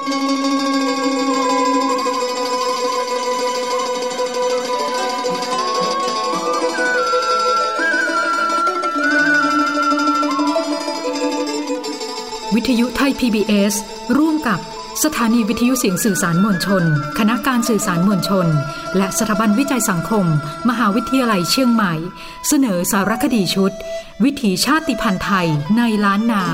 วิทยุไทย PBS ร่วมกับสถานีวิทยุเสียงสื่อสารมวลชนคณะการสื่อสารมวลชนและสถาบันวิจัยสังคมมหาวิทยาลัยเชียงใหม่เสนอสารคดีชุดวิถีชาติพันธุ์ไทยในล้านนา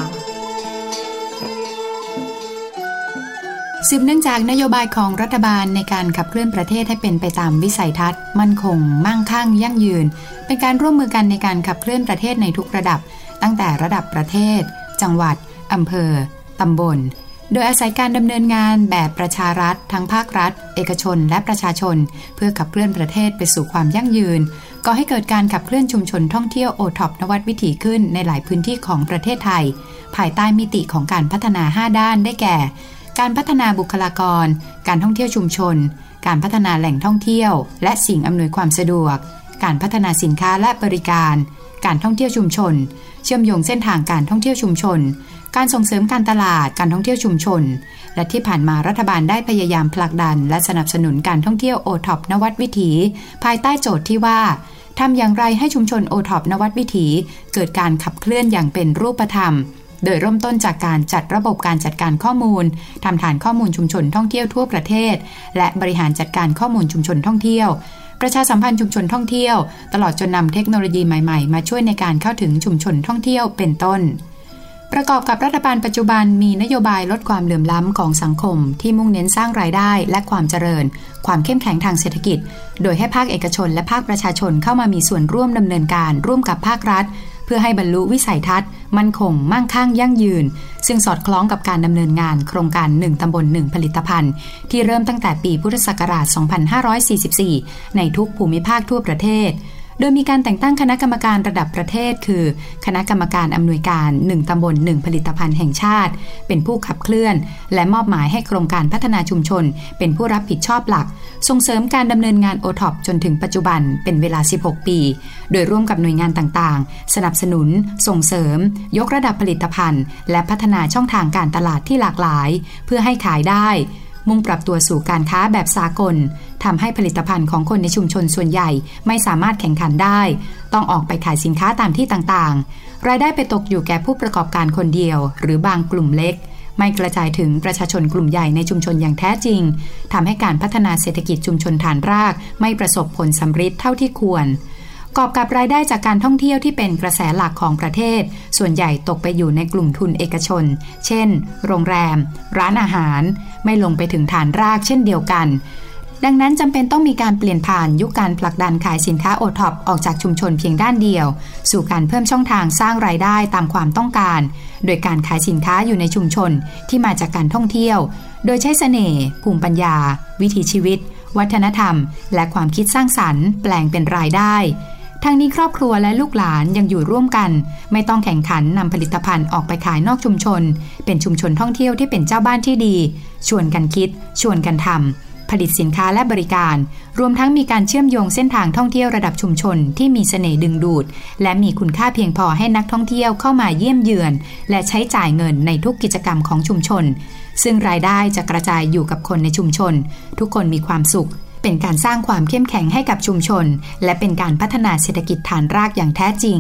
สืบเนื่องจากนโยบายของรัฐบาลในการขับเคลื่อนประเทศให้เป็นไปตามวิสัยทัศน์มั่นคงมั่งคั่งยั่งยืนเป็นการร่วมมือกันในการขับเคลื่อนประเทศในทุกระดับตั้งแต่ระดับประเทศจังหวัดอำเภอตำบลโดยอาศัยการดำเนินงานแบบประชารัฐทั้งภาครัฐเอกชนและประชาชนเพื่อขับเคลื่อนประเทศไปสู่ความยั่งยืนก่อให้เกิดการขับเคลื่อนชุมชนท่องเที่ยวโอท็อปนวัดวิถีขึ้นในหลายพื้นที่ของประเทศไทยภายใต้มิติของการพัฒนา5ด้านได้แก่การพัฒนาบุคลากรการท่องเที่ยวชุมชนการพัฒนาแหล่งท่องเที่ยวและสิ่งอำนวยความสะดวกการพัฒนาสินค้าและบริการการท่องเที่ยวชุมชนเชื่อมโยงเส้นทางการท่องเที่ยวชุมชนการส่งเสริมการตลาดการท่องเที่ยวชุมชนและที่ผ่านมารัฐบาลได้พยายามผลักดันและสนับสนุนการท่องเที่ยวโอท็อปนวัดวิถีภายใต้โจทย์ที่ว่าทำอย่างไรให้ชุมชนโอท็อปนวัดวิถีเกิดการขับเคลื่อนอย่างเป็นรูปธรรมโดยเริ่มต้นจากการจัดระบบการจัดการข้อมูลทำฐานข้อมูลชุมชนท่องเที่ยวทั่วประเทศและบริหารจัดการข้อมูลชุมชนท่องเที่ยวประชาสัมพันธ์ชุมชนท่องเที่ยวตลอดจนนำเทคโนโลยีใหม่ๆมาช่วยในการเข้าถึงชุมชนท่องเที่ยวเป็นต้นประกอบกับรัฐบาลปัจจุบันมีนโยบายลดความเหลื่อมล้ำของสังคมที่มุ่งเน้นสร้างรายได้และความเจริญความเข้มแข็งทางเศรษฐกิจโดยให้ภาคเอกชนและภาคประชาชนเข้ามามีส่วนร่วมดำเนินการร่วมกับภาครัฐเพื่อให้บรรลุวิสัยทัศน์มั่นคงมั่งคั่งยั่งยืนซึ่งสอดคล้องกับการดำเนินงานโครงการ1ตำบล1ผลิตภัณฑ์ที่เริ่มตั้งแต่ปีพุทธศักราช 2544 ในทุกภูมิภาคทั่วประเทศโดยมีการแต่งตั้งคณะกรรมการระดับประเทศคือคณะกรรมการอำนวยการ1ตำบล1ผลิตภัณฑ์แห่งชาติเป็นผู้ขับเคลื่อนและมอบหมายให้โครงการพัฒนาชุมชนเป็นผู้รับผิดชอบหลักส่งเสริมการดำเนินงานโอท็อปจนถึงปัจจุบันเป็นเวลา16ปีโดยร่วมกับหน่วยงานต่างๆสนับสนุนส่งเสริมยกระดับผลิตภัณฑ์และพัฒนาช่องทางการตลาดที่หลากหลายเพื่อให้ขายได้มุ่งปรับตัวสู่การค้าแบบสากลทำให้ผลิตภัณฑ์ของคนในชุมชนส่วนใหญ่ไม่สามารถแข่งขันได้ต้องออกไปขายสินค้าตามที่ต่างๆรายได้ไปตกอยู่แก่ผู้ประกอบการคนเดียวหรือบางกลุ่มเล็กไม่กระจายถึงประชาชนกลุ่มใหญ่ในชุมชนอย่างแท้จริงทำให้การพัฒนาเศรษฐกิจชุมชนฐานรากไม่ประสบผลสำเร็จเท่าที่ควรกอบกับรายได้จากการท่องเที่ยวที่เป็นกระแสหลักของประเทศส่วนใหญ่ตกไปอยู่ในกลุ่มทุนเอกชนเช่นโรงแรมร้านอาหารไม่ลงไปถึงฐานรากเช่นเดียวกันดังนั้นจำเป็นต้องมีการเปลี่ยนผ่านยุคการผลักดันขายสินค้าโอท็อปออกจากชุมชนเพียงด้านเดียวสู่การเพิ่มช่องทางสร้างรายได้ตามความต้องการโดยการขายสินค้าอยู่ในชุมชนที่มาจากการท่องเที่ยวโดยใช้เสน่ห์ภูมิปัญญาวิถีชีวิตวัฒนธรรมและความคิดสร้างสรรค์แปลงเป็นรายได้ทางนี้ครอบครัวและลูกหลานยังอยู่ร่วมกันไม่ต้องแข่งขันนำผลิตภัณฑ์ออกไปขายนอกชุมชนเป็นชุมชนท่องเที่ยวที่เป็นเจ้าบ้านที่ดีชวนกันคิดชวนกันทำผลิตสินค้าและบริการรวมทั้งมีการเชื่อมโยงเส้นทางท่องเที่ยวระดับชุมชนที่มีเสน่ห์ดึงดูดและมีคุณค่าเพียงพอให้นักท่องเที่ยวเข้ามาเยี่ยมเยือนและใช้จ่ายเงินในทุกกิจกรรมของชุมชนซึ่งรายได้จะกระจายอยู่กับคนในชุมชนทุกคนมีความสุขเป็นการสร้างความเข้มแข็งให้กับชุมชนและเป็นการพัฒนาเศรษฐกิจฐานรากอย่างแท้จริง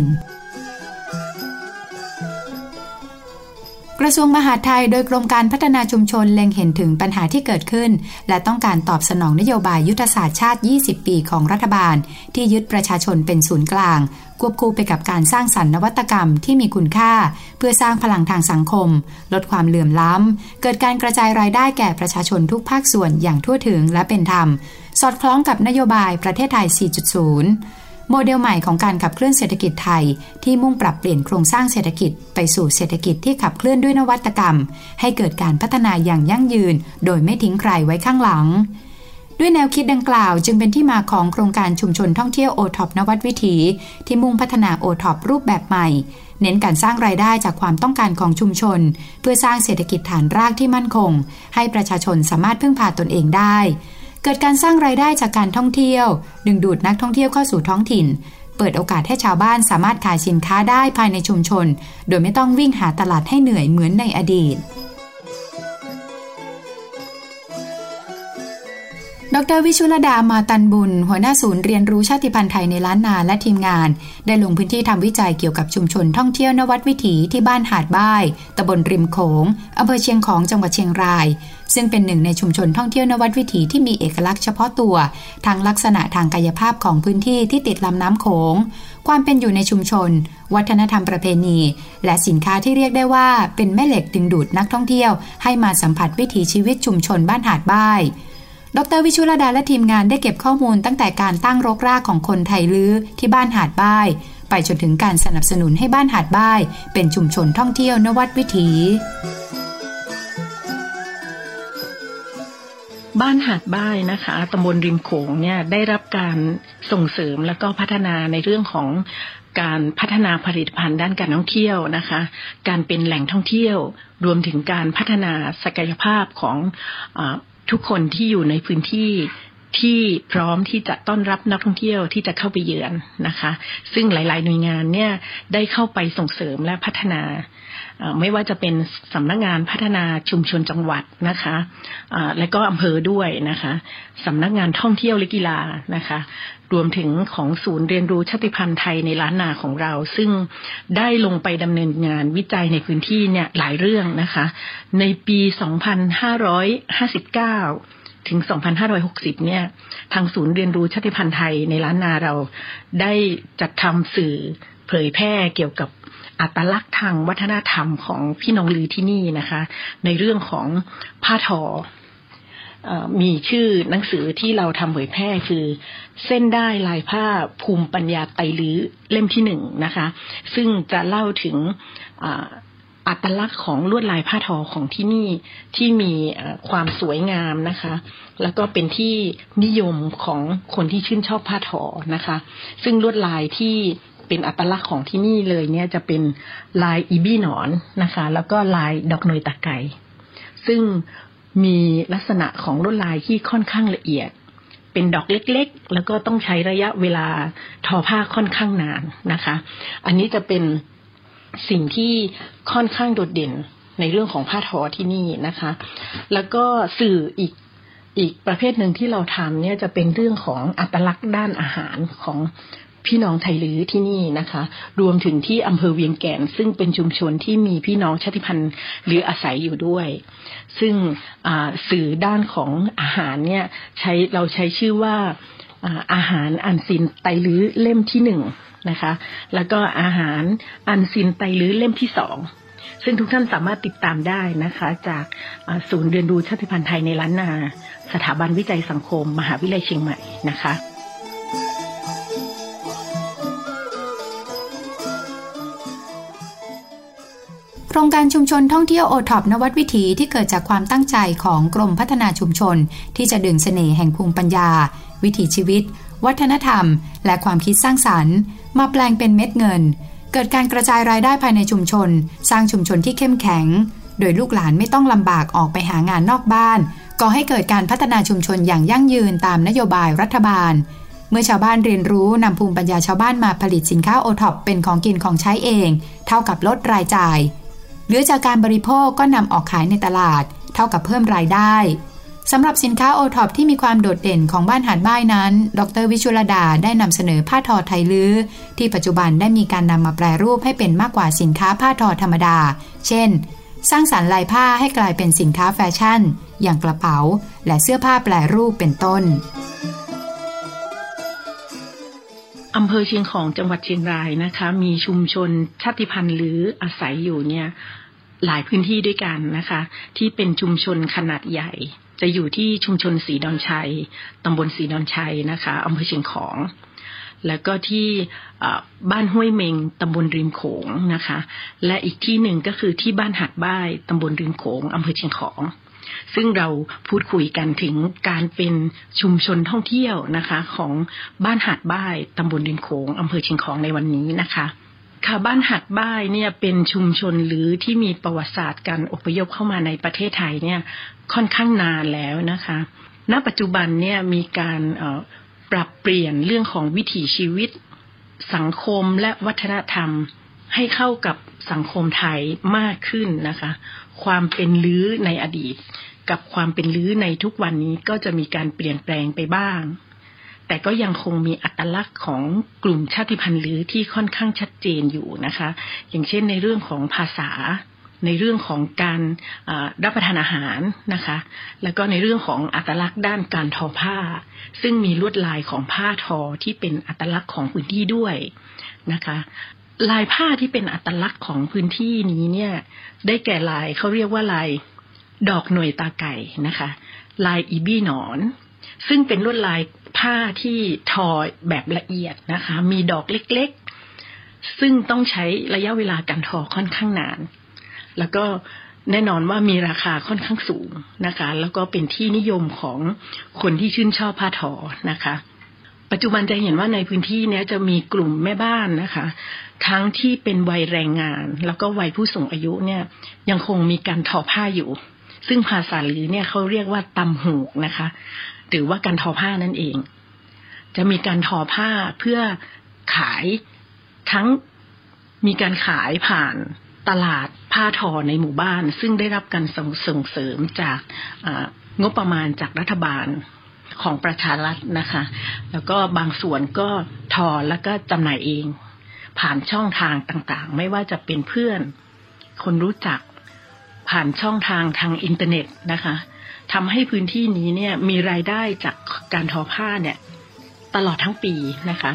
กระทรวงมหาดไทยโดยกรมการพัฒนาชุมชนเล็งเห็นถึงปัญหาที่เกิดขึ้นและต้องการตอบสนองนโยบายยุทธศาสตร์ชาติ20ปีของรัฐบาลที่ยึดประชาชนเป็นศูนย์กลางควบคู่ไปกับการสร้างสรรค์นวัตกรรมที่มีคุณค่าเพื่อสร้างพลังทางสังคมลดความเหลื่อมล้ำเกิดการกระจายรายได้แก่ประชาชนทุกภาคส่วนอย่างทั่วถึงและเป็นธรรมสอดคล้องกับนโยบายประเทศไทย 4.0 โมเดลใหม่ของการขับเคลื่อนเศรษฐกิจไทยที่มุ่งปรับเปลี่ยนโครงสร้างเศรษฐกิจไปสู่เศรษฐกิจที่ขับเคลื่อนด้วยนวัตกรรมให้เกิดการพัฒนาอย่างยั่งยืนโดยไม่ทิ้งใครไว้ข้างหลังด้วยแนวคิดดังกล่าวจึงเป็นที่มาของโครงการชุมชนท่องเที่ยวโอท็อปนวัดวิถีที่มุ่งพัฒนาโอท็อปรูปแบบใหม่เน้นการสร้างรายได้จากความต้องการของชุมชนเพื่อสร้างเศรษฐกิจฐานรากที่มั่นคงให้ประชาชนสามารถพึ่งพาตนเองได้เกิดการสร้างรายได้จากการท่องเที่ยวดึงดูดนักท่องเที่ยวเข้าสู่ท้องถิ่นเปิดโอกาสให้ชาวบ้านสามารถขายสินค้าได้ภายในชุมชนโดยไม่ต้องวิ่งหาตลาดให้เหนื่อยเหมือนในอดีตดร.วิชุลดา มาตันบุญหัวหน้าศูนย์เรียนรู้ชาติพันธุ์ไทยในล้านนาและทีมงานได้ลงพื้นที่ทำวิจัยเกี่ยวกับชุมชนท่องเที่ยวนวัดวิถีที่บ้านหาดบ้ายตำบลริมโขงอำเภอเชียงของจังหวัดเชียงรายซึ่งเป็นหนึ่งในชุมชนท่องเที่ยวนวัดวิถีที่มีเอกลักษณ์เฉพาะตัวทั้งลักษณะทางกายภาพของพื้นที่ที่ติดลำน้ำโขงความเป็นอยู่ในชุมชนวัฒนธรรมประเพณีและสินค้าที่เรียกได้ว่าเป็นแม่เหล็กดึงดูดนักท่องเที่ยวให้มาสัมผัสวิถีชีวิตชุมชนบ้านหาดบ้ายดร.วิชุลดาและทีมงานได้เก็บข้อมูลตั้งแต่การตั้งรกรากของคนไทยลื้อที่บ้านหาดบ้ายไปจนถึงการสนับสนุนให้บ้านหาดบ้ายเป็นชุมชนท่องเที่ยวนวัดวิถีบ้านหาดบ้ายนะคะตำบลริมโขงเนี่ยได้รับการส่งเสริมและก็พัฒนาในเรื่องของการพัฒนาผลิตภัณฑ์ด้านการท่องเที่ยวนะคะการเป็นแหล่งท่องเที่ยวรวมถึงการพัฒนาศักยภาพของทุกคนที่อยู่ในพื้นที่ที่พร้อมที่จะต้อนรับนักท่องเที่ยวที่จะเข้าไปเยือนนะคะซึ่งหลายๆหน่วยงานเนี่ยได้เข้าไปส่งเสริมและพัฒนาไม่ว่าจะเป็นสำนักงานพัฒนาชุมชนจังหวัดนะคะและก็อำเภอด้วยนะคะสำนักงานท่องเที่ยวและกีฬานะคะรวมถึงของศูนย์เรียนรู้ชาติพันธุ์ไทยในล้านนาของเราซึ่งได้ลงไปดำเนินงานวิจัยในพื้นที่เนี่ยหลายเรื่องนะคะในปี 2559 ถึง 2560 เนี่ยทางศูนย์เรียนรู้ชาติพันธุ์ไทยในล้านนาเราได้จัดทำสื่อเผยแพร่เกี่ยวกับอัตลักษณ์ทางวัฒนธรรมของพี่น้องลือที่นี่นะคะในเรื่องของผ้าทอมีชื่อหนังสือที่เราทำเผยแพร่คือเส้นได้ลายผ้าภูมิปัญญาไตลื้อเล่มที่1นะคะซึ่งจะเล่าถึงอัตลักษณ์ของลวดลายผ้าทอของที่นี่ที่มีความสวยงามนะคะแล้วก็เป็นที่นิยมของคนที่ชื่นชอบผ้าทอนะคะซึ่งลวดลายที่เป็นอัตลักษณ์ของที่นี่เลยเนี่ยจะเป็นลายอีบี้หนอนนะคะแล้วก็ลายดอกเนยตะไคร้ซึ่งมีลักษณะของลวดลายที่ค่อนข้างละเอียดเป็นดอกเล็กๆแล้วก็ต้องใช้ระยะเวลาทอผ้าค่อนข้างนานนะคะอันนี้จะเป็นสิ่งที่ค่อนข้างโดดเด่นในเรื่องของผ้าทอที่นี่นะคะแล้วก็สื่ออีกประเภทหนึ่งที่เราทำเนี่ยจะเป็นเรื่องของอัตลักษณ์ด้านอาหารของพี่น้องไทยลื้อที่นี่นะคะรวมถึงที่อำเภอเวียงแก่นซึ่งเป็นชุมชนที่มีพี่น้องชาติพันธุ์ลื้ออาศัยอยู่ด้วยซึ่งสื่อด้านของอาหารเนี่ยเราใช้ชื่อว่าอาหารอันซินไตลื้อเล่มที่1นะคะแล้วก็อาหารอันซินไตลื้อเล่มที่2ซึ่งทุกท่านสามารถติดตามได้นะคะจากศูนย์เรียนรู้ชาติพันธุ์ไทยในล้านนาสถาบันวิจัยสังคมมหาวิทยาลัยเชียงใหม่นะคะโครงการชุมชนท่องเที่ยวโอท็อปนวัดวิถีที่เกิดจากความตั้งใจของกรมพัฒนาชุมชนที่จะดึงเสน่ห์แห่งภูมิปัญญาวิถีชีวิตวัฒนธรรมและความคิดสร้างสรรค์มาแปลงเป็นเม็ดเงินเกิดการกระจายรายได้ภายในชุมชนสร้างชุมชนที่เข้มแข็งโดยลูกหลานไม่ต้องลำบากออกไปหางานนอกบ้านก่อให้เกิดการพัฒนาชุมชนอย่างยั่งยืนตามนโยบายรัฐบาลเมื่อชาวบ้านเรียนรู้นำภูมิปัญญาชาวบ้านมาผลิตสินค้าโอท็อปเป็นของกินของใช้เองเท่ากับลดรายจ่ายเหลือจากการบริโภคก็นำออกขายในตลาดเท่ากับเพิ่มรายได้สำหรับสินค้าโอท็อปที่มีความโดดเด่นของบ้านหาดบ้ายนั้นดร.วิชุลดาได้นำเสนอผ้าทอไทยลื้อที่ปัจจุบันได้มีการนำมาแปรรูปให้เป็นมากกว่าสินค้าผ้าทอธรรมดาเช่นสร้างสรรค์ลายผ้าให้กลายเป็นสินค้าแฟชั่นอย่างกระเป๋าและเสื้อผ้าแปรรูปเป็นต้นอำเภอเชียงของจังหวัดเชียงรายนะคะมีชุมชนชาติพันธุ์ลื้ออาศัยอยู่เนี่ยหลายพื้นที่ด้วยกันนะคะที่เป็นชุมชนขนาดใหญ่จะอยู่ที่ชุมชนศรีดอนชัยตำบลศรีดอนชัยนะคะอำเภอเชียงของแล้วก็ที่บ้านห้วยเมงตำบลริมโขงนะคะและอีกที่หนึ่งก็คือที่บ้านหาดบ้ายตำบลริมโขงอำเภอเชียงของซึ่งเราพูดคุยกันถึงการเป็นชุมชนท่องเที่ยวนะคะของบ้านหาดบ้ายตำบลริมโขงอำเภอเชียงของในวันนี้นะคะค่ะบ้านหาดบ้ายเนี่ยเป็นชุมชนหรือที่มีประวัติศาสตร์การอพยพเข้ามาในประเทศไทยเนี่ยค่อนข้างนานแล้วนะคะณปัจจุบันเนี่ยมีการปรับเปลี่ยนเรื่องของวิถีชีวิตสังคมและวัฒนธรรมให้เข้ากับสังคมไทยมากขึ้นนะคะความเป็นลื้อในอดีตกับความเป็นลื้อในทุกวันนี้ก็จะมีการเปลี่ยนแปลงไปบ้างแต่ก็ยังคงมีอัตลักษณ์ของกลุ่มชาติพันธุ์ลื้อที่ค่อนข้างชัดเจนอยู่นะคะอย่างเช่นในเรื่องของภาษาในเรื่องของการรับประทานอาหารนะคะแล้วก็ในเรื่องของอัตลักษณ์ด้านการทอผ้าซึ่งมีลวดลายของผ้าทอที่เป็นอัตลักษณ์ของพื้นที่ด้วยนะคะลายผ้าที่เป็นอัตลักษณ์ของพื้นที่นี้เนี่ยได้แก่ลายเขาเรียกว่าลายดอกหน่วยตาไก่นะคะลายอีบี้หนอนซึ่งเป็นลวดลายผ้าที่ทอแบบละเอียดนะคะมีดอกเล็กๆซึ่งต้องใช้ระยะเวลาการทอค่อนข้างนานแล้วก็แน่นอนว่ามีราคาค่อนข้างสูงนะคะแล้วก็เป็นที่นิยมของคนที่ชื่นชอบผ้าทอนะคะปัจจุบันจะเห็นว่าในพื้นที่นี้จะมีกลุ่มแม่บ้านนะคะทั้งที่เป็นวัยแรงงานแล้วก็วัยผู้สูงอายุเนี่ยยังคงมีการทอผ้าอยู่ซึ่งภาษาลื้อเนี่ยเขาเรียกว่าตำหูกนะคะหรือว่าการทอผ้านั่นเองจะมีการทอผ้าเพื่อขายทั้งมีการขายผ่านตลาดผ้าทอในหมู่บ้านซึ่งได้รับการส่งเสริมจากงบประมาณจากรัฐบาลของประชารัฐนะคะแล้วก็บางส่วนก็ทอแล้วก็จำหน่ายเองผ่านช่องทางต่างๆไม่ว่าจะเป็นเพื่อนคนรู้จักผ่านช่องทางอินเทอร์เน็ตนะคะทำให้พื้นที่นี้เนี่ยมีรายได้จากการทอผ้าเนี่ยตลอดทั้งปีนะคะ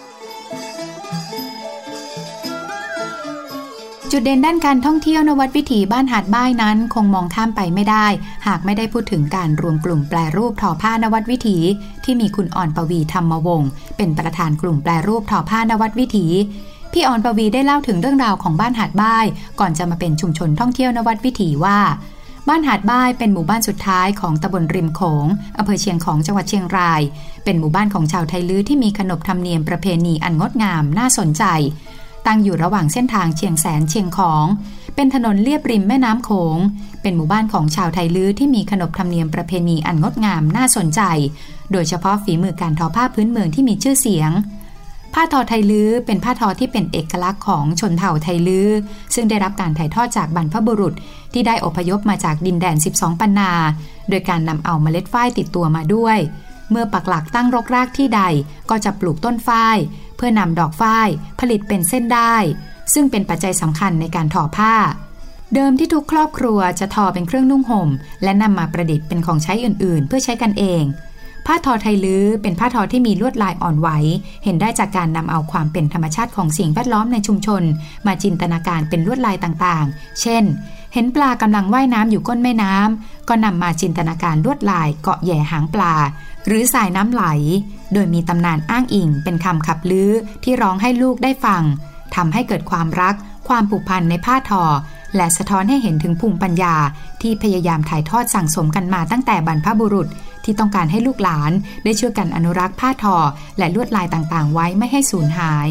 จุดเด่นด้านการท่องเที่ยวนวัดวิถีบ้านหาดบ้ายนั้นคงมองข้ามไปไม่ได้หากไม่ได้พูดถึงการรวมกลุ่มแปรรูปทอผ้านวัดวิถีที่มีคุณอ่อนปวีธรรมวงศ์เป็นประธานกลุ่มแปรรูปทอผ้านวัดวิถีพี่อ่อนปวีได้เล่าถึงเรื่องราวของบ้านหาดบ้ายก่อนจะมาเป็นชุมชนท่องเที่ยวนวัดวิถีว่าบ้านหาดบ้ายเป็นหมู่บ้านสุดท้ายของตำบลริมโขงอำเภอเชียงของจังหวัดเชียงรายเป็นหมู่บ้านของชาวไทลื้อที่มีขนบธรรมเนียมประเพณีอันงดงามน่าสนใจตั้งอยู่ระหว่างเส้นทางเชียงแสนเชียงของเป็นถนนเลียบริมแม่น้ำโขงเป็นหมู่บ้านของชาวไทลื้อที่มีขนบธรรมเนียมประเพณีอันงดงามน่าสนใจโดยเฉพาะฝีมือการทอผ้าพื้นเมืองที่มีชื่อเสียงผ้าทอไทลื้อเป็นผ้าทอที่เป็นเอกลักษณ์ของชนเผ่าไทลื้อซึ่งได้รับการถ่ายทอดจากบรรพบุรุษที่ได้อพยพมาจากดินแดน12ปันนาโดยการนำเอาเมล็ดฝ้ายติดตัวมาด้วยเมื่อปักหลักตั้งรกรากที่ใดก็จะปลูกต้นฝ้ายเพื่อนำดอกฝ้ายผลิตเป็นเส้นได้ซึ่งเป็นปัจจัยสำคัญในการทอผ้าเดิมที่ทุกครอบครัวจะทอเป็นเครื่องนุ่งห่มและนำมาประดิษฐ์เป็นของใช้อื่นๆเพื่อใช้กันเองผ้าทอไทลื้อเป็นผ้าทอที่มีลวดลายอ่อนไหวเห็นได้จากการนำเอาความเป็นธรรมชาติของสิ่งแวดล้อมในชุมชนมาจินตนาการเป็นลวดลายต่างๆเช่นเห็นปลากำลังว่ายน้ำอยู่ก้นแม่น้ำก็นำมาจินตนาการลวดลายเกาะแหย่หางปลาหรือสายน้ำไหลโดยมีตำนานอ้างอิงเป็นคำขับลื้อที่ร้องให้ลูกได้ฟังทำให้เกิดความรักความผูกพันในผ้าทอและสะท้อนให้เห็นถึงภูมิปัญญาที่พยายามถ่ายทอดสั่งสมกันมาตั้งแต่บรรพบุรุษที่ต้องการให้ลูกหลานได้ช่วยกันอนุรักษ์ผ้าทอและลวดลายต่างๆไว้ไม่ให้สูญหาย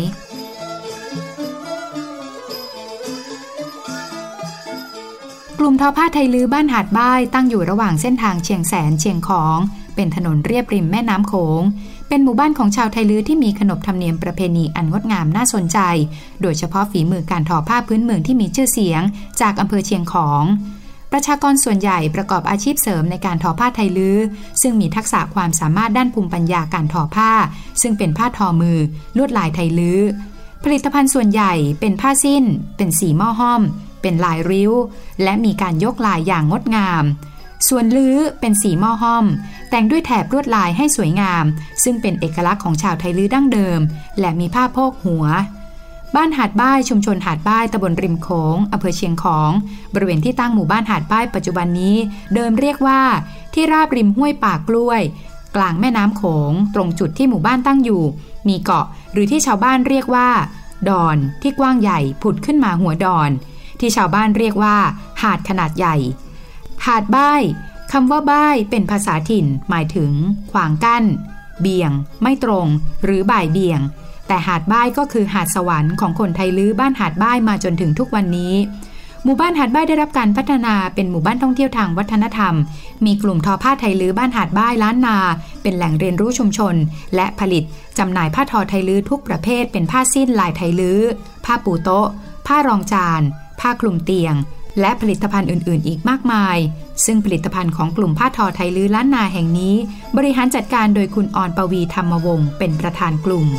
กลุ่มทอผ้าไทลื้อบ้านหาดบ้ายตั้งอยู่ระหว่างเส้นทางเชียงแสนเชียงของเป็นถนนเรียบริมแม่น้ำโขงเป็นหมู่บ้านของชาวไทลื้อที่มีขนบธรรมเนียมประเพณีอันงดงามน่าสนใจโดยเฉพาะฝีมือการทอผ้าพื้นเมืองที่มีชื่อเสียงจากอำเภอเชียงของประชากรส่วนใหญ่ประกอบอาชีพเสริมในการทอผ้าไทลื้อซึ่งมีทักษะความสามารถด้านภูมิปัญญาการทอผ้าซึ่งเป็นผ้าทอมือลวดลายไทลื้อผลิตภัณฑ์ส่วนใหญ่เป็นผ้าสิ้นเป็นสีหม้อห้อมเป็นลายริ้วและมีการยกลายอย่างงดงามส่วนลื้อเป็นสีหม้อห้อมแต่งด้วยแถบลวดลายให้สวยงามซึ่งเป็นเอกลักษณ์ของชาวไทลื้อดั้งเดิมและมีผ้าโพกหัวบ้านหาดบ้ายชุมชนหาดบ้ายตำบลริมโขงอำเภอเชียงของบริเวณที่ตั้งหมู่บ้านหาดบ้ายปัจจุบันนี้เดิมเรียกว่าที่ราบริมห้วยป่ากล้วยกลางแม่น้ำโขงตรงจุดที่หมู่บ้านตั้งอยู่มีเกาะหรือที่ชาวบ้านเรียกว่าดอนที่กว้างใหญ่ผุดขึ้นมาหัวดอนที่ชาวบ้านเรียกว่าหาดขนาดใหญ่หาดบ้ายคำว่าบ้ายเป็นภาษาถิ่นหมายถึงขวางกั้นเบี่ยงไม่ตรงหรือบ่ายเบี่ยงแต่หาดบ้ายก็คือหาดสวรรค์ของคนไทลื้อบ้านหาดบ้ายมาจนถึงทุกวันนี้หมู่บ้านหาดบ้ายได้รับการพัฒนาเป็นหมู่บ้านท่องเที่ยวทางวัฒนธรรมมีกลุ่มทอผ้าไทลื้อบ้านหาดบ้ายล้านนาเป็นแหล่งเรียนรู้ชุมชนและผลิตจำหน่ายผ้าทอไทลื้อทุกประเภทเป็นผ้าสิ้นลายไทลื้อผ้าปูโต๊ะผ้ารองจานผ้าคลุมเตียงและผลิตภัณฑ์อื่นๆอีกมากมายซึ่งผลิตภัณฑ์ของกลุ่มผ้าทอไทยลื้อล้านนาแห่งนี้บริหารจัดการโดยคุณอรปวีธรรมวงศ์เป็นประธานกลุ่ม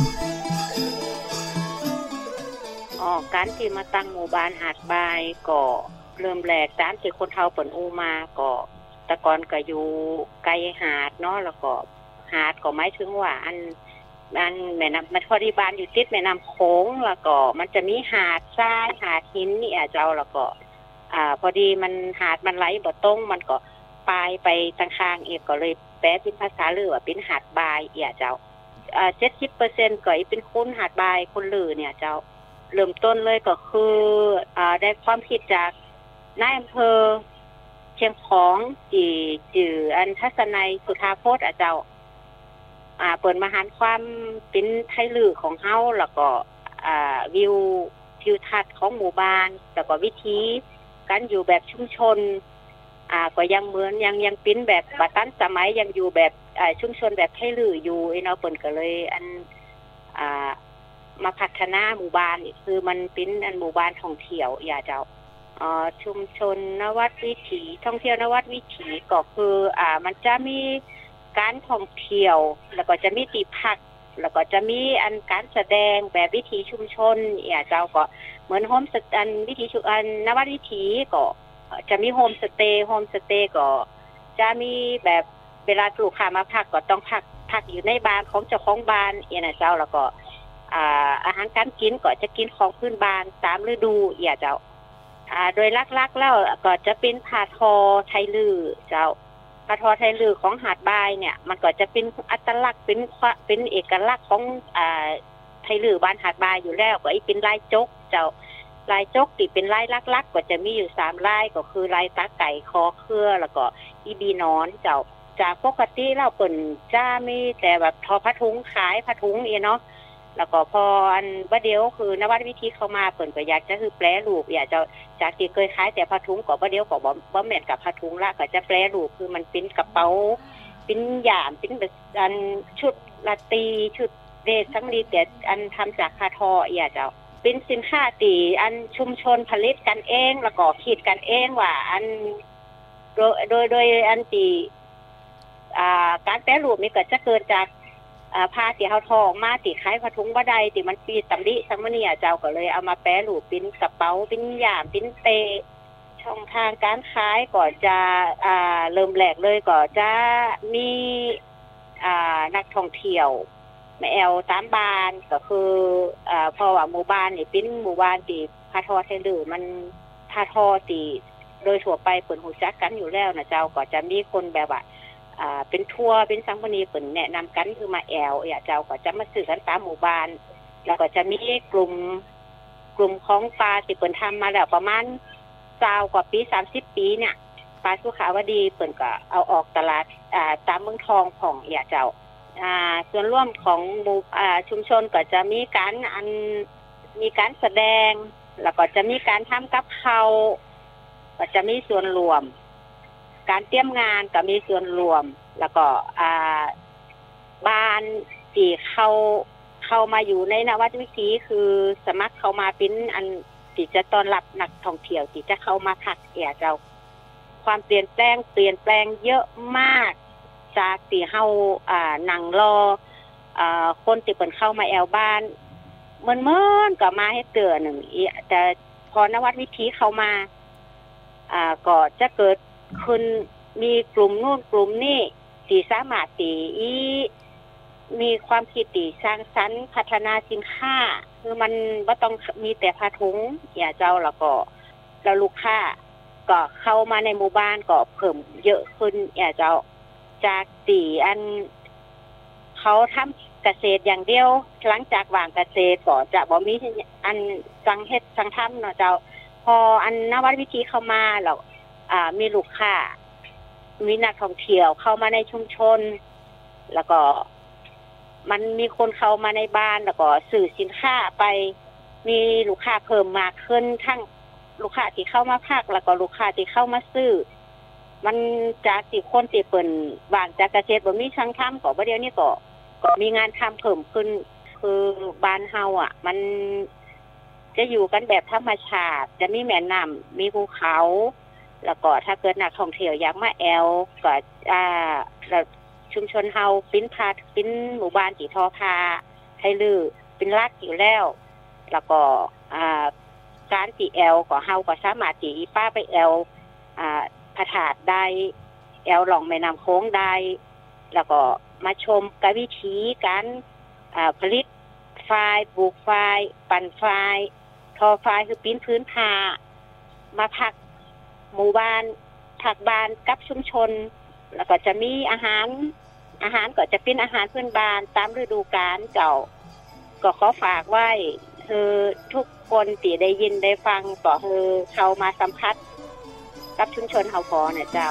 การที่มาตั้งหมู่บ้านหาดบายก็เริ่มแรกตามที่คนเฒ่าเปิ้นอู้มาก็แต่ก่อนก็อยู่ไกลหาดเนาะแล้วก็หาดก็หมายถึงว่าอันแม่น้ำมันพอดีบ้านอยู่ติดแม่น้ำโขงแล้วก็มันจะมีหาดทรายหาดหินนี่เจ้าแล้วก็พอดีมันหาดมันไหลบ่ตรงมันก็ปลายไปทางข้างเองก็เลยแปลเป็นภาษาลือว่าเป็นหาดบายเจ้า70% ก็เป็นคนหาดบายคนลือเนี่ยเจ้าเริ่มต้นเลยก็คือได้ความคิดจากนายอำเภอเชียงของที่ชื่ออันทัศนัยสุธาโพธิ์เจ้าเปิดมาหารความเป็นไทยลือของเฮาแล้วก็วิวทิวทัศน์ของหมู่บ้านแล้วก็วิธีการอยู่แบบชุมชนก็ยังเหมือนยังเป็นแบบบัดตันสมัยยังอยู่แบบชุมชนแบบไทยลืออยู่เนาะเปิ้นก็เลยมาพัฒนาหมู่บ้านนี่คือมันเป็นหมู่บ้านท่องเที่ยวเจ้าชุมชนนวัดวิถีท่องเที่ยวนวัดวิถีก็คือมันจะมีการท่องเที่ยวแล้วก็จะมีที่พักแล้วก็จะมีการแสดงแบบวิถีชุมชนเจ้าก็เหมือนโฮมสเตย์วิถีชุมนวัดวิถีก็จะมีโฮมสเตย์ก็จะมีแบบเวลาลูกค้ามาพักก็ต้องพักอยู่ในบ้านของเจ้าของบ้านนะเจ้าแล้วก็อาหารการกินก็จะกินของพื้นบ้านตามฤดูเจ้าโดยลักๆแล้วก็จะเป็นผ้าทอไทยลือเจ้าผ้าทอไทยลือของหาดบายเนี่ยมันก็จะเป็นอัตลักษณ์เป็นเอกลักษณ์ของไทยลือบ้านหาดบายอยู่แล้วก็เป็นลายจกเจ้าลายจกที่เป็นลายลักๆก็จะมีอยู่3ลายก็คือลายตาไก่คอเครือแล้วก็อีบีนอนเจ้าจากปกติแล้วเปิ้นจะมีแต่แบบทอผ้าถุงขายผ้าถุงเนาะแล้วก็พอว่าเดียวคือนวัดวิธีเข้ามาเปิ้นก็อยากจะคือแปรรูปอยากจะจากที่เคยขายแต่ผ้าถุงก็ว่าเดียวก็บ่แม่นกับผ้าถุงละก็จะแปรรูปคือมันเป็นกระเป๋าเป็นหยามเป็นแบบชุดราตรีชุดเดชสังลีแต่ทำจากผ้าทอเจ้าเป็นสินค้าที่ชุมชนผลิตกันเองแล้วก็คิดกันเองว่าโดยที่การแปรรูปนี่ก็จะเกิดจากผ้าที่เฮาทอออกมาที่ขายผ้าถุงบ่ได้ที่มันปีตำลิสังมะนี่เจ้าก็เลยเอามาแปรรูปเป็นกระเป๋าเป็นหยามเป็นเปช่องทางการขายก็จะเริ่มแรกเลยก็จะมีนักท่องเที่ยวมาแอวตามบ้านก็คือเพราะว่าหมู่บ้านนี่เป็นหมู่บ้านที่ผ้าทอไทยลือมันผ้าทอที่โดยทั่วไปเปิ้นรู้จักกันอยู่แล้วนะเจ้าก็จะมีคนแบบว่าเป็นทัวร์เป็นสังคมนี้เปิ้นแนะนำกันคือมาแอวเจ้าก็จะมาซื้อกันตามหมู่บ้านแล้วก็จะมีกลุ่มของปลาที่เปิ้นทำมาแล้วประมาณ20กว่าปี30ปีเนี่ยปลาสุขาวดีเปิ้นก็เอาออกตลาดตามเมืองทองของเจ้าส่วนร่วมของชุมชนก็จะมีการแสดงแล้วก็จะมีการทำกับข้าวก็จะมีส่วนรวมการเตรียมงานก็มีส่วนรวมแล้วก็บ้านที่เข้ามาอยู่ในนวัดวิถีคือสมัครเข้ามาเป็นที่จะต้อนรับนักท่องเที่ยวที่จะเข้ามาพักเจ้าความเปลี่ยนแปลงเยอะมากจากที่เฮานั่งรอคนที่เพิ่นเข้ามาแอวบ้านเหมือนก็มาให้เตือนนึงแต่พอนวัดวิถีเข้ามาก็จะเกิดขึ้นมีกลุ่มนู้นกลุ่มนี้ที่สามารถมีความคิดที่สร้างสรรค์พัฒนาสินค้าคือมันบ่ต้องมีแต่ผ้าถุงเจ้าแล้วก็ลูกค้าก็เข้ามาในหมู่บ้านก็เพิ่มเยอะขึ้นเจ้าจากที่เขาทำเกษตรอย่างเดียวหลังจากวางเกษตรก็จะบ่มีสังทำเนาะเจ้าพอนวัดวิถีเข้ามาแล้วมีลูกค้ามีนักท่องเที่ยวเข้ามาในชุมชนแล้วก็มันมีคนเข้ามาในบ้านแล้วก็ซื้อสินค้าไปมีลูกค้าเพิ่มมากขึ้นทั้งลูกค้าที่เข้ามาพักแล้วก็ลูกค้าที่เข้ามาซื้อมันจากที่คนที่เปิ้นว่างจากเกษตรบ่มีช่างทำก็บ่เดี๋ยวนี้ก็มีงานทำเพิ่มขึ้นคือบ้านเฮามันจะอยู่กันแบบธรรมชาติจะมีแม่น้ำมีภูเขาแล้วก็ถ้าเกิดนักท่องเที่ยวอยากมาแอลก็เราชุมชนเฮาปิ้นหมู่บ้านที่ทอผ้าให้ลือเป็นลักอยู่แล้วแล้วก็การตีแอลก็เฮาก็สามารถตีป้าไปแอลพระธาตุได้แอลหลองแม่น้ำโค้งได้แล้วก็มาชมกวิธีการผลิตฝ้ายปลูกฝ้ายปั่นฝ้ายทอฝ้ายคือปิ้นพื้นผ้ามาพักหมู่บ้านผักบ้านกับชุมชนแล้วก็จะมีอาหารก็จะเป็นอาหารพื้นบ้านตามฤดูกาลเจ้าก็ขอฝากไว้คือทุกคนที่ได้ยินได้ฟังก็คือเข้ามาสัมผัสกับชุมชนเฮาพอเนี่ยเจ้า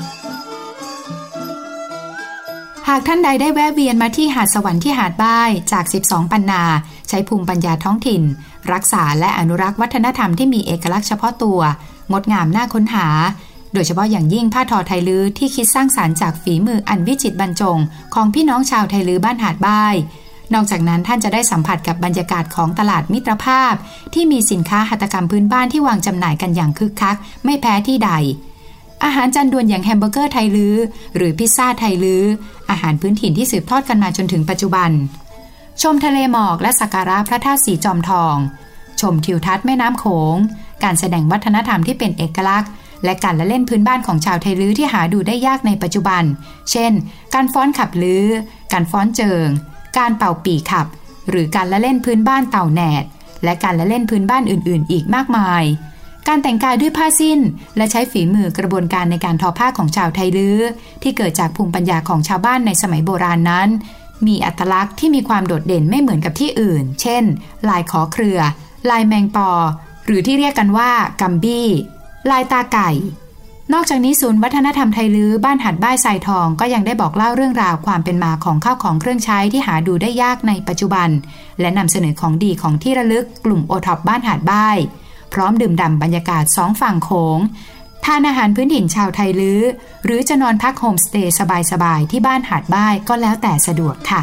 หากท่านใดได้แวะเวียนมาที่หาดสวรรค์ที่หาดบ้ายจาก12ปันนาใช้ภูมิปัญญาท้องถิ่นรักษาและอนุรักษ์วัฒนธรรมที่มีเอกลักษณ์เฉพาะตัวงดงามน่าค้นหาโดยเฉพาะอย่างยิ่งผ้าทอไทลื้อที่คิดสร้างสรรค์จากฝีมืออันวิจิตรบรรจงของพี่น้องชาวไทลื้อบ้านหาดบ้ายนอกจากนั้นท่านจะได้สัมผัสกับบรรยากาศของตลาดมิตรภาพที่มีสินค้าหัตถกรรมพื้นบ้านที่วางจำหน่ายกันอย่างคึกคักไม่แพ้ที่ใดอาหารจานด่วนอย่างแฮมเบอร์เกอร์ไทลื้อหรือพิซซ่าไทลื้ออาหารพื้นถิ่นที่สืบทอดกันมาจนถึงปัจจุบันชมทะเลหมอกและสักการะพระธาตุสีจอมทองชมทิวทัศน์แม่น้ำโขงการแสดงวัฒนธรรมที่เป็นเอกลักษณ์และการละเล่นพื้นบ้านของชาวไทลื้อที่หาดูได้ยากในปัจจุบันเช่นการฟ้อนขับลื้อการฟ้อนเจิงการเป่าปี่ขับหรือการละเล่นพื้นบ้านเต่าแหนดและการละเล่นพื้นบ้านอื่นๆอีกมากมายการแต่งกายด้วยผ้าสิ้นและใช้ฝีมือกระบวนการในการทอผ้าของชาวไทลื้อที่เกิดจากภูมิปัญญาของชาวบ้านในสมัยโบราณนั้นมีอัตลักษณ์ที่มีความโดดเด่นไม่เหมือนกับที่อื่นเช่นลายขอเครือลายแมงปอหรือที่เรียกกันว่ากัมบี้ลายตาไก่นอกจากนี้ศูนย์วัฒนธรรมไทลื้อบ้านหาดบ้ายทรายทองก็ยังได้บอกเล่าเรื่องราวความเป็นมาของข้าวของเครื่องใช้ที่หาดูได้ยากในปัจจุบันและนำเสนอของดีของที่ระลึกกลุ่มโอท็อปบ้านหาดบ้ายพร้อมดื่มด่ำบรรยากาศสองฝั่งโขงทานอาหารพื้นถิ่นชาวไทลื้อหรือจะนอนพักโฮมสเตย์สบายๆที่บ้านหาดบ้ายก็แล้วแต่สะดวกค่ะ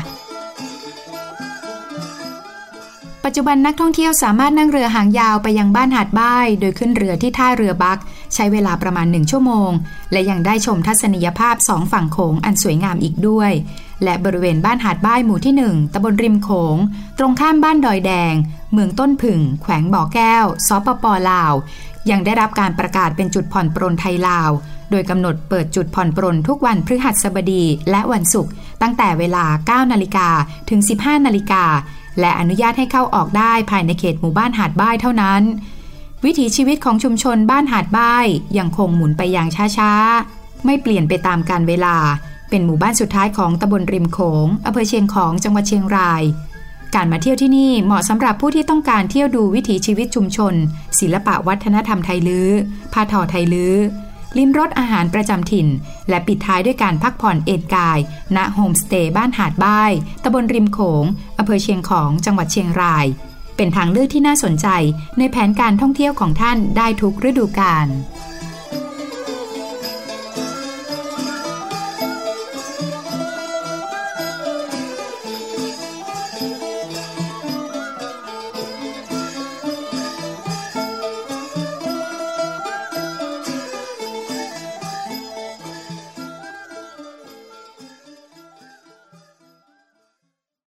ปัจจุบันนักท่องเที่ยวสามารถนั่งเรือหางยาวไปยังบ้านหาดบ้ายโดยขึ้นเรือที่ท่าเรือบักใช้เวลาประมาณ1ชั่วโมงและยังได้ชมทัศนียภาพ2ฝั่งโขงอันสวยงามอีกด้วยและบริเวณบ้านหาดบ้ายหมู่ที่1ตำบลริมโขงตรงข้ามบ้านดอยแดงเมืองต้นผึ่งแขวงบ่อแก้วสปป.ลาวยังได้รับการประกาศเป็นจุดผ่อนปรนไทยลาวโดยกำหนดเปิดจุดผ่อนปรนทุกวันพฤหัสบดีและวันศุกร์ตั้งแต่เวลา 9:00 นถึง 15:00 นและอนุญาตให้เข้าออกได้ภายในเขตหมู่บ้านหาดบ้ายเท่านั้นวิถีชีวิตของชุมชนบ้านหาดบ้ายยังคงหมุนไปอย่างช้าๆไม่เปลี่ยนไปตามกาลเวลาเป็นหมู่บ้านสุดท้ายของตำบลริมโขงอำเภอเชียงของจังหวัดเชียงรายการมาเที่ยวที่นี่เหมาะสำหรับผู้ที่ต้องการเที่ยวดูวิถีชีวิตชุมชนศิลปะวัฒนธรรมไทลื้อผ้าทอไทลื้อลิ้มรสอาหารประจำถิ่นและปิดท้ายด้วยการพักผ่อนเอนกายณโฮมสเตย์บ้านหาดบ้ายตำบลริมโขงอำเภอเชียงของจังหวัดเชียงรายเป็นทางเลือกที่น่าสนใจในแผนการท่องเที่ยวของท่านได้ทุกฤดูกาล